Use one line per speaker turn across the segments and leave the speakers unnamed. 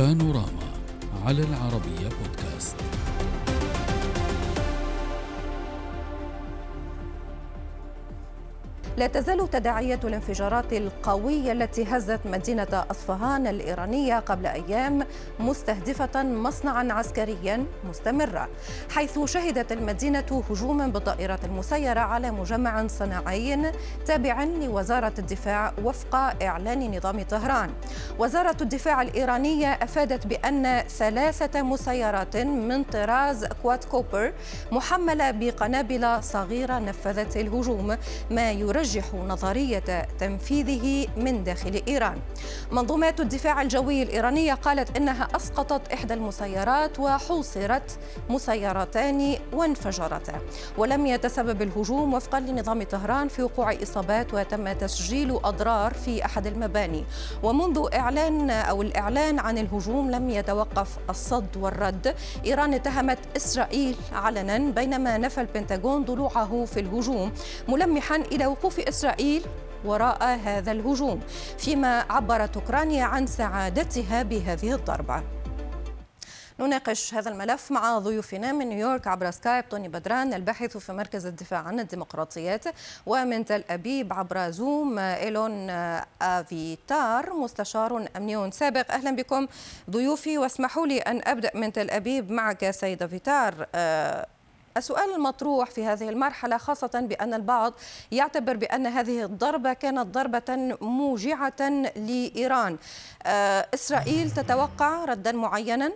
بانوراما على العربية بودكاست.
لا تزال تداعيات الانفجارات القوية التي هزت مدينة أصفهان الإيرانية قبل أيام مستهدفة مصنعا عسكريا مستمرة، حيث شهدت المدينة هجوما بالطائرات المسيرة على مجمع صناعي تابع لوزارة الدفاع وفق إعلان نظام طهران. وزارة الدفاع الإيرانية أفادت بأن 3 مسيرات من طراز كواد كوبر محملة بقنابل صغيرة نفذت الهجوم، ما يرجح نظرية تنفيذه من داخل إيران. منظومات الدفاع الجوي الإيرانية قالت إنها أسقطت إحدى المسيرات وحوصرت مسيرتان وانفجرتا، ولم يتسبب الهجوم وفقا لنظام طهران في وقوع إصابات، وتم تسجيل أضرار في أحد المباني. ومنذ الإعلان عن الهجوم لم يتوقف الصد والرد. إيران اتهمت إسرائيل علنا، بينما نفى البنتاغون ضلوعه في الهجوم، ملمحا إلى وقوف إسرائيل وراء هذا الهجوم، فيما عبرت أوكرانيا عن سعادتها بهذه الضربة. نناقش هذا الملف مع ضيوفنا من نيويورك عبر سكايب: توني بدران الباحث في مركز الدفاع عن الديمقراطيات، ومن تل أبيب عبر زوم إيلون أفيتار مستشار أمني سابق. أهلا بكم ضيوفي، واسمحوا لي أن أبدأ من تل أبيب معك سيد أفيتار. السؤال المطروح في هذه المرحلة، خاصة بأن البعض يعتبر بأن هذه الضربة كانت ضربة موجعة لإيران، إسرائيل تتوقع ردا معينا؟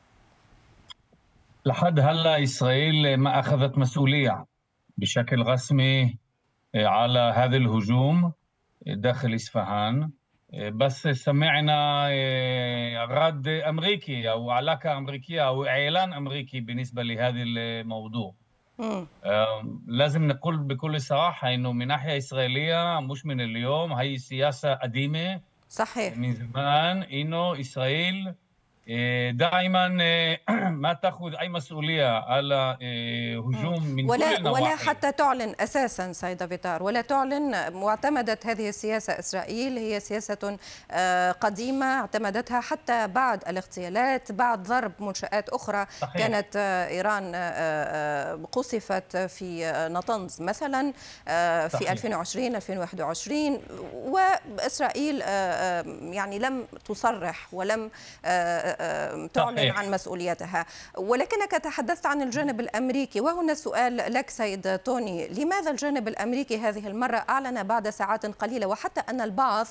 لحد هلا إسرائيل ما أخذت مسؤولية بشكل رسمي على هذا الهجوم داخل إصفهان، بس سمعنا رد أمريكي أو علاقة أمريكية أو إعلان أمريكي بالنسبة لهذا الموضوع. لازم نقول بكل صراحة إنه من ناحية إسرائيلية مش من اليوم، هي سياسة قديمة
صحيح
من زمان، إنه إسرائيل دائما ما تأخذ أي مسؤولية على هجوم من كل النواحي،
ولا حتى تعلن أساسا سيد أفيتار، ولا تعلن. واعتمدت هذه السياسة إسرائيل، هي سياسة قديمة اعتمدتها حتى بعد الاغتيالات، بعد ضرب منشآت أخرى. صحيح. كانت إيران قصفت في نطنز مثلا في صحيح. 2020 2021، وإسرائيل يعني لم تصرح ولم تعلن عن مسؤوليتها. ولكنك تحدثت عن الجانب الأمريكي، وهنا السؤال لك سيد توني: لماذا الجانب الأمريكي هذه المرة أعلن بعد ساعات قليلة، وحتى أن البعض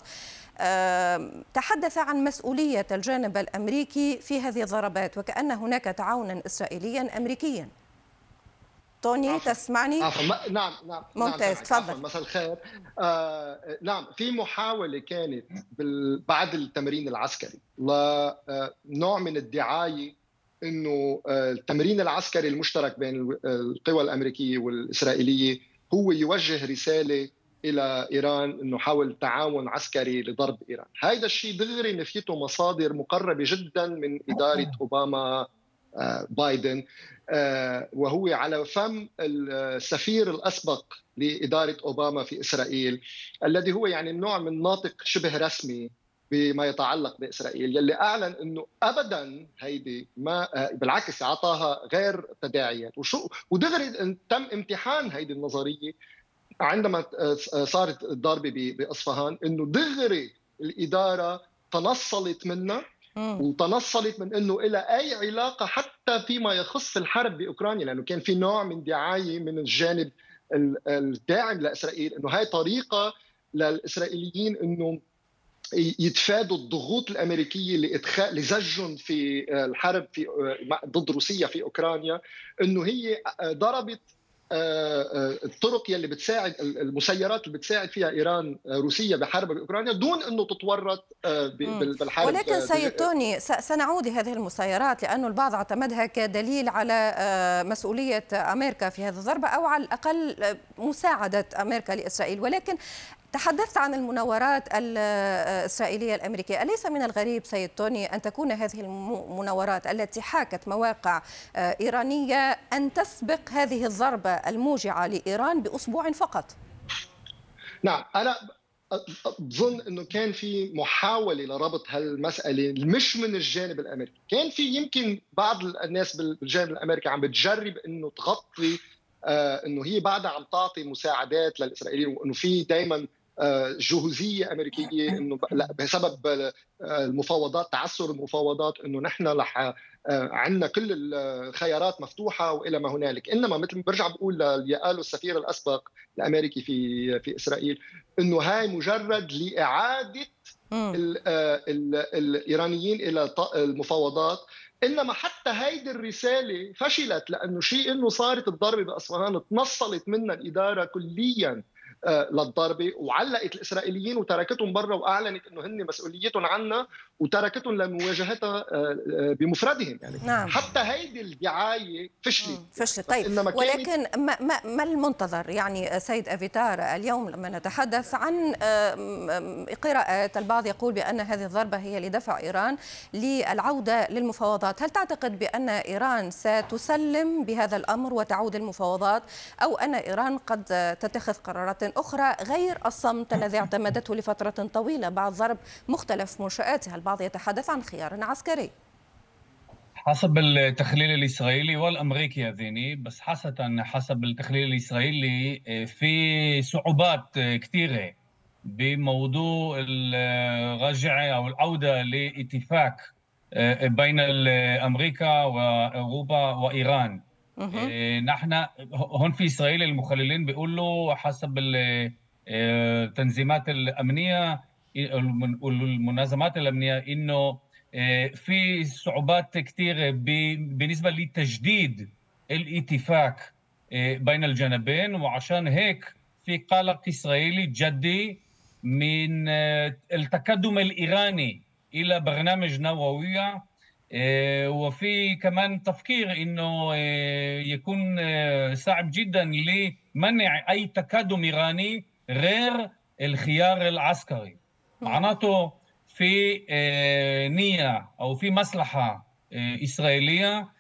تحدث عن مسؤولية الجانب الأمريكي في هذه الضربات، وكأن هناك تعاونا إسرائيليا أمريكيا؟ توني تسمعني؟
نعم
ممتاز، تفضل.
مساء الخير. نعم، في محاولة كانت بعد التمرين العسكري لنوع من الدعاية إنه التمرين العسكري المشترك بين القوى الأمريكية والإسرائيلية هو يوجه رسالة إلى إيران إنه حاول تعاون عسكري لضرب إيران. هذا الشيء دغري نفيته مصادر مقربة جدا من إدارة أوباما بايدن، وهو على فم السفير الأسبق لإدارة أوباما في إسرائيل، الذي هو يعني نوع من ناطق شبه رسمي بما يتعلق بإسرائيل، يلي أعلن أنه أبداً هيدي ما بالعكس أعطاها غير تداعيات. ودغري تم امتحان هيدي النظرية عندما صارت الضربة بأصفهان، أنه دغري الإدارة تنصلت منها، وتنصلت من أنه إلى أي علاقة حتى فيما يخص الحرب بأوكرانيا، لأنه كان في نوع من دعاية من الجانب الداعم لإسرائيل أنه هاي طريقة للإسرائيليين أنه يتفادوا الضغوط الأمريكية لزجهم في الحرب ضد روسيا في أوكرانيا، أنه هي ضربت الطرق يلي بتساعد المسيرات اللي بتساعد فيها إيران روسيا بحرب بأوكرانيا دون أنه تتورط بالحرب.
ولكن سيد توني، سنعود هذه المسيرات، لأن البعض اعتمدها كدليل على مسؤولية أمريكا في هذه الضربة، أو على الأقل مساعدة أمريكا لإسرائيل. ولكن تحدثت عن المناورات الإسرائيلية الأمريكية. أليس من الغريب سيد توني أن تكون هذه المناورات التي حاكت مواقع إيرانية أن تسبق هذه الضربة الموجعة لإيران بأسبوع فقط؟
نعم، أنا بظن انه كان في محاوله لربط هالمساله مش من الجانب الامريكي، كان في يمكن بعض الناس بالجانب الامريكي عم بتجرب انه تغطي انه هي بعدها عم تعطي مساعدات للاسرائيليين، وانه في دائما جهوزيه امريكيه، انه بسبب المفاوضات، تعثر المفاوضات، انه نحن رح عندنا كل الخيارات مفتوحه والى ما هنالك. انما مثل ما برجع بقول اللي قاله السفير الاسبق الامريكي في اسرائيل، انه هاي مجرد لاعاده الايرانيين الى المفاوضات. انما حتى هيدي الرساله فشلت، لانه شيء انه صارت الضربه باصفهان، تنصلت منها الاداره كليا للضربه، وعلقت الاسرائيليين وتركتهم برا، واعلنت انه هن مسؤوليتهم عنا، وتركتهم لمواجهتها بمفردهم. يعني
نعم.
حتى هيدي الدعايه فشلت.
طيب، ولكن ما المنتظر يعني سيد أفيتار اليوم لما نتحدث عن قراءة البعض يقول بأن هذه الضربة هي لدفع إيران للعودة للمفاوضات؟ هل تعتقد بأن إيران ستسلم بهذا الأمر وتعود المفاوضات، أو أن إيران قد تتخذ قرارات أخرى غير الصمت الذي اعتمدته لفترة طويلة بعد ضرب مختلف منشآتها؟ البعض يتحدث عن خيار عسكري.
حسب التحليل الإسرائيلي والأمريكي هذيني، بس حسب التحليل الإسرائيلي في صعوبات كثيرة بموضوع الرجعة أو العودة لاتفاق بين أمريكا وأوروبا وإيران. نحن هون في إسرائيل المخللين بيقولوا حسب التنظيمات الأمنية والمنظمات الأمنية إنه في صعوبات كثيرة بالنسبة لتجديد الاتفاق بين الجانبين، وعشان هيك في قلق إسرائيلي جدي من التقدم الإيراني إلى برنامج نووي، وفي كمان تفكير إنه يكون صعب جدا لمنع أي تقدم إيراني غير الخيار العسكري. معناته في نية أو في مصلحة إسرائيلية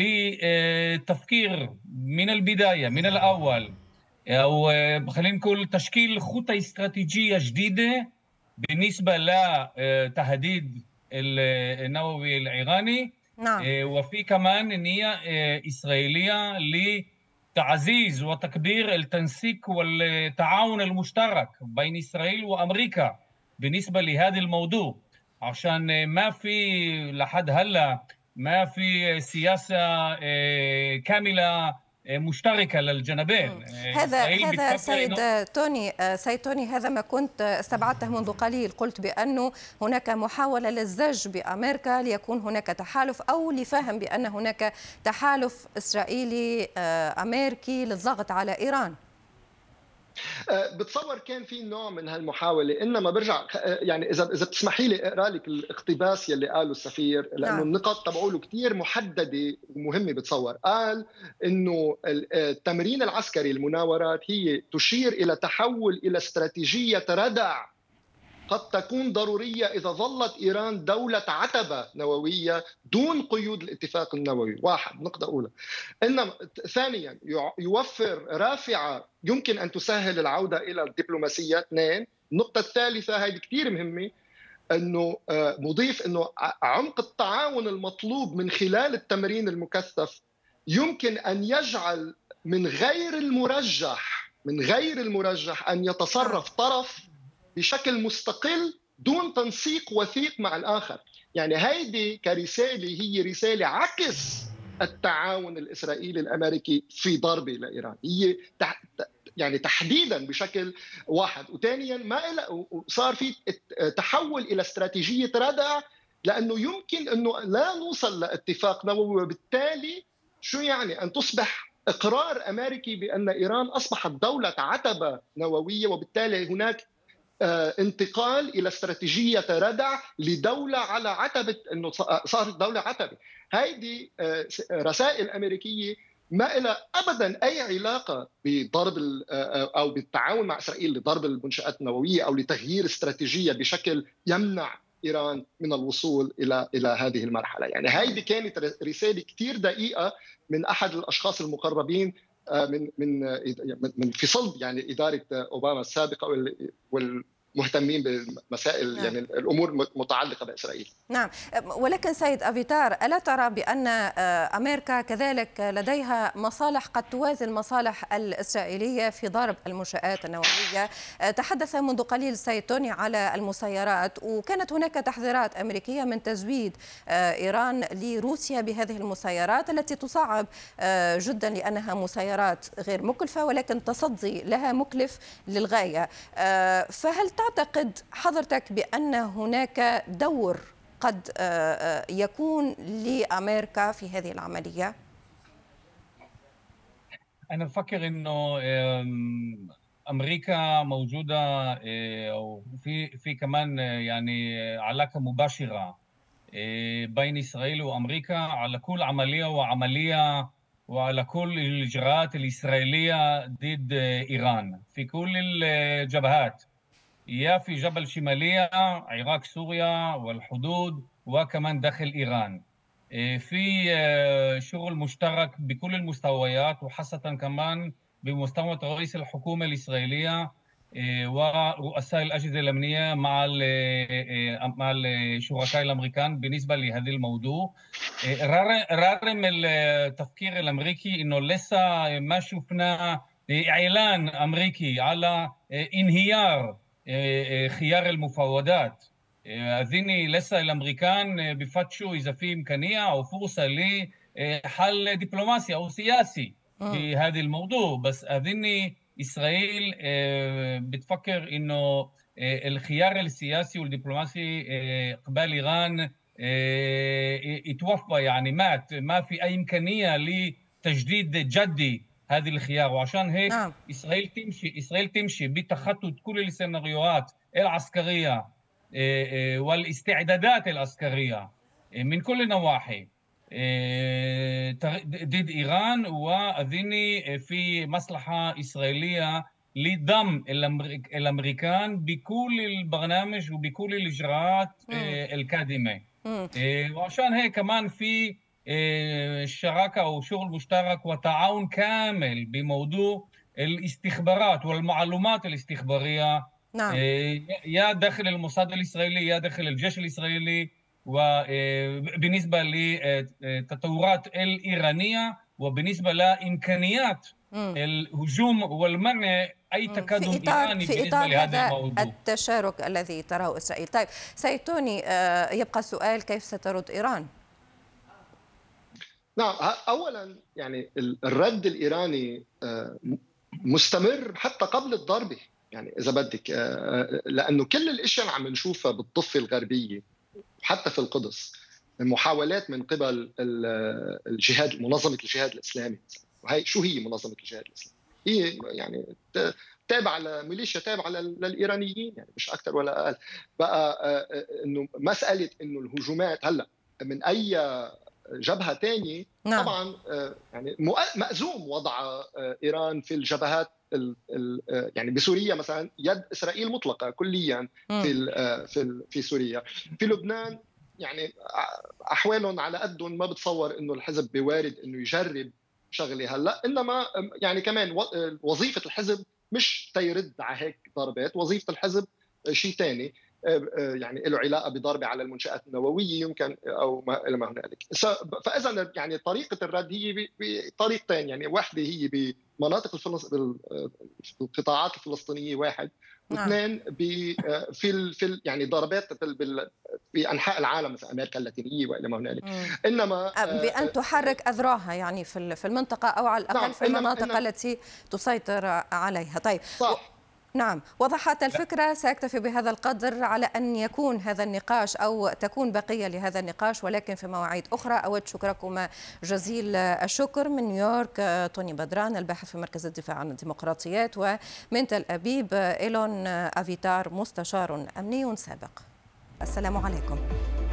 لتفكير من البداية من الأول، أو خلينا نقول تشكيل خطة استراتيجية جديدة بالنسبة لتهديد النووي الإيراني.
نعم.
وفي كمان نية إسرائيلية لتعزيز وتكبير التنسيق والتعاون المشترك بين إسرائيل وأمريكا بالنسبة لهذا الموضوع، عشان ما في لحد هلا ما في سياسة كاملة مشتركة للجنبين.
هذا سيد توني هذا ما كنت استبعدته منذ قليل. قلت بأنه هناك محاولة للزج بأمريكا ليكون هناك تحالف، أو لفهم بأن هناك تحالف إسرائيلي أمريكي للضغط على إيران.
بتصور كان في نوع من هالمحاولة، إنما برجع يعني إذا بتسمحي لي أقرأ لك الاقتباس يلي قاله السفير، لأنه النقاط تبعوله كتير محددة ومهمة. بتصور قال إنه التمرين العسكري المناورات هي تشير إلى تحول إلى استراتيجية ردع قد تكون ضرورية إذا ظلت إيران دولة عتبة نووية دون قيود الاتفاق النووي. واحد، نقطة أولى. إنما ثانيا يوفر رافعة يمكن أن تسهل العودة إلى الدبلوماسية. اثنين، النقطة الثالثة هذه كتير مهمة، أنه مضيف أنه عمق التعاون المطلوب من خلال التمرين المكثف يمكن أن يجعل من غير المرجح أن يتصرف طرف بشكل مستقل دون تنسيق وثيق مع الآخر. يعني هيدي كرسالة هي رسالة عكس التعاون الإسرائيلي الأمريكي في ضربة لإيران، هي يعني تحديدا بشكل واحد. وثانيا صار في تحول إلى استراتيجية ردع، لأنه يمكن أنه لا نوصل لاتفاق نووي، وبالتالي شو يعني أن تصبح إقرار أمريكي بأن إيران أصبحت دولة عتبة نووية، وبالتالي هناك انتقال إلى استراتيجية ردع لدولة على عتبة، أنه صارت دولة عتبة. هذه رسائل أمريكية ما لها أبدا أي علاقة بضرب أو بالتعاون مع إسرائيل لضرب المنشآت النووية أو لتغيير استراتيجية بشكل يمنع إيران من الوصول إلى هذه المرحلة. يعني هذه كانت رسالة كتير دقيقة من أحد الأشخاص من في صلب يعني إدارة أوباما السابقة مهتمين بمسائل يعني الأمور متعلقة بإسرائيل.
نعم، ولكن سيد أفيتار، ألا ترى بأن أمريكا كذلك لديها مصالح قد توازي المصالح الإسرائيلية في ضرب المنشآت النووية؟ تحدث منذ قليل السيد توني على المسيرات، وكانت هناك تحذيرات أمريكية من تزويد إيران لروسيا بهذه المسيرات التي تصعب جدا لأنها مسيرات غير مكلفة، ولكن تصدي لها مكلف للغاية. فهل تعتقد حضرتك بأن هناك دور قد يكون لأمريكا في هذه العملية؟
أنا بفكر إنه أمريكا موجودة وفي كمان يعني علاقة مباشرة بين إسرائيل وأمريكا على كل عملية وعملية وعلى كل الإجراءات الإسرائيلية ضد إيران في كل الجبهات، يا في جبل شمالية عراق سوريا والحدود وكمان داخل إيران. في شغل مشترك بكل المستويات وخاصة كمان بمستوى رئيس الحكومة الإسرائيلية ورؤساء الأجهزة الأمنية مع الشركاء الأمريكان بالنسبة لهذا الموضوع. رغم التفكير الأمريكي إنه لسه ما شفنا إعلان أمريكي على انهيار خيار المفاوضات. أظني لسه الأمريكان بفتشوا إذا في إمكانية أو فرصة لحل دبلوماسي أو سياسي في هذا الموضوع، بس أظني إسرائيل بتفكر إنه الخيار السياسي والدبلوماسي قبال إيران يتوفى، يعني مات، ما في أي إمكانية لتجديد جدي هذه الخيار. وعشان هيك إسرائيل تمشي بتخطط كل السيناريوهات العسكرية والاستعدادات العسكرية من كل النواحي ضد إيران، وأظني في مصلحة إسرائيلية لضم الأمريكان بكل البرنامج وبكل الإجراءات القادمة. وعشان هيك كمان في شراكة أو شغل مشترك وتعاون كامل بموضوع الاستخبارات والمعلومات الاستخبارية. نعم. يا داخل الموساد الإسرائيلي يا داخل الجيش الإسرائيلي، وبالنسبة للتطورات الإيرانية وبالنسبة لإمكانيات الهجوم والمنع أي تقدم إيراني بالنسبة لهذا الموضوع.
التشارك الذي تراه إسرائيل. طيب سيد توني، يبقى السؤال كيف سترد إيران؟
نعم، أولا يعني الرد الإيراني مستمر حتى قبل الضربة، يعني إذا بدك، لأنه كل الأشياء اللي عم نشوفها بالضفة الغربية حتى في القدس محاولات من قبل الجهاد، منظمة الجهاد الإسلامي. وهي شو هي منظمة الجهاد الإسلامي؟ هي يعني تابعة لميليشيا تابعة للإيرانيين، يعني مش أكثر ولا أقل. بقى إنه مسألة إنه الهجومات هلا من أي جبهة تانية، نعم. طبعا يعني مأزوم وضع إيران في الجبهات يعني بسوريا مثلا يد إسرائيل مطلقة كليا في سوريا. في لبنان يعني أحوالهم على قدهم، ما بتصور إنه الحزب بوارد إنه يجرب شغلة هلا، إنما يعني كمان وظيفة الحزب مش تيرد على هيك ضربات، وظيفة الحزب شيء ثاني، يعني له علاقه بضربه على المنشآت النوويه يمكن او ما الى ما هنالك. فاذا يعني طريقه الرد هي بطريقتين، يعني واحده هي بمناطق القطاعات الفلسطينيه واحد، واثنين في يعني ضربات في انحاء العالم مثل امريكا اللاتينيه والى ما هنالك. انما
بان تحرك اذراعها يعني في المنطقه او على الاقل نعم في المناطق التي تسيطر عليها. طيب صح. نعم، وضحت الفكرة. سأكتفي بهذا القدر على أن يكون هذا النقاش أو تكون بقية لهذا النقاش، ولكن في مواعيد أخرى. أود شكركم جزيل الشكر. من نيويورك توني بدران الباحث في مركز الدفاع عن الديمقراطيات، ومن تل أبيب إيلون أفيتار مستشار أمني سابق. السلام عليكم.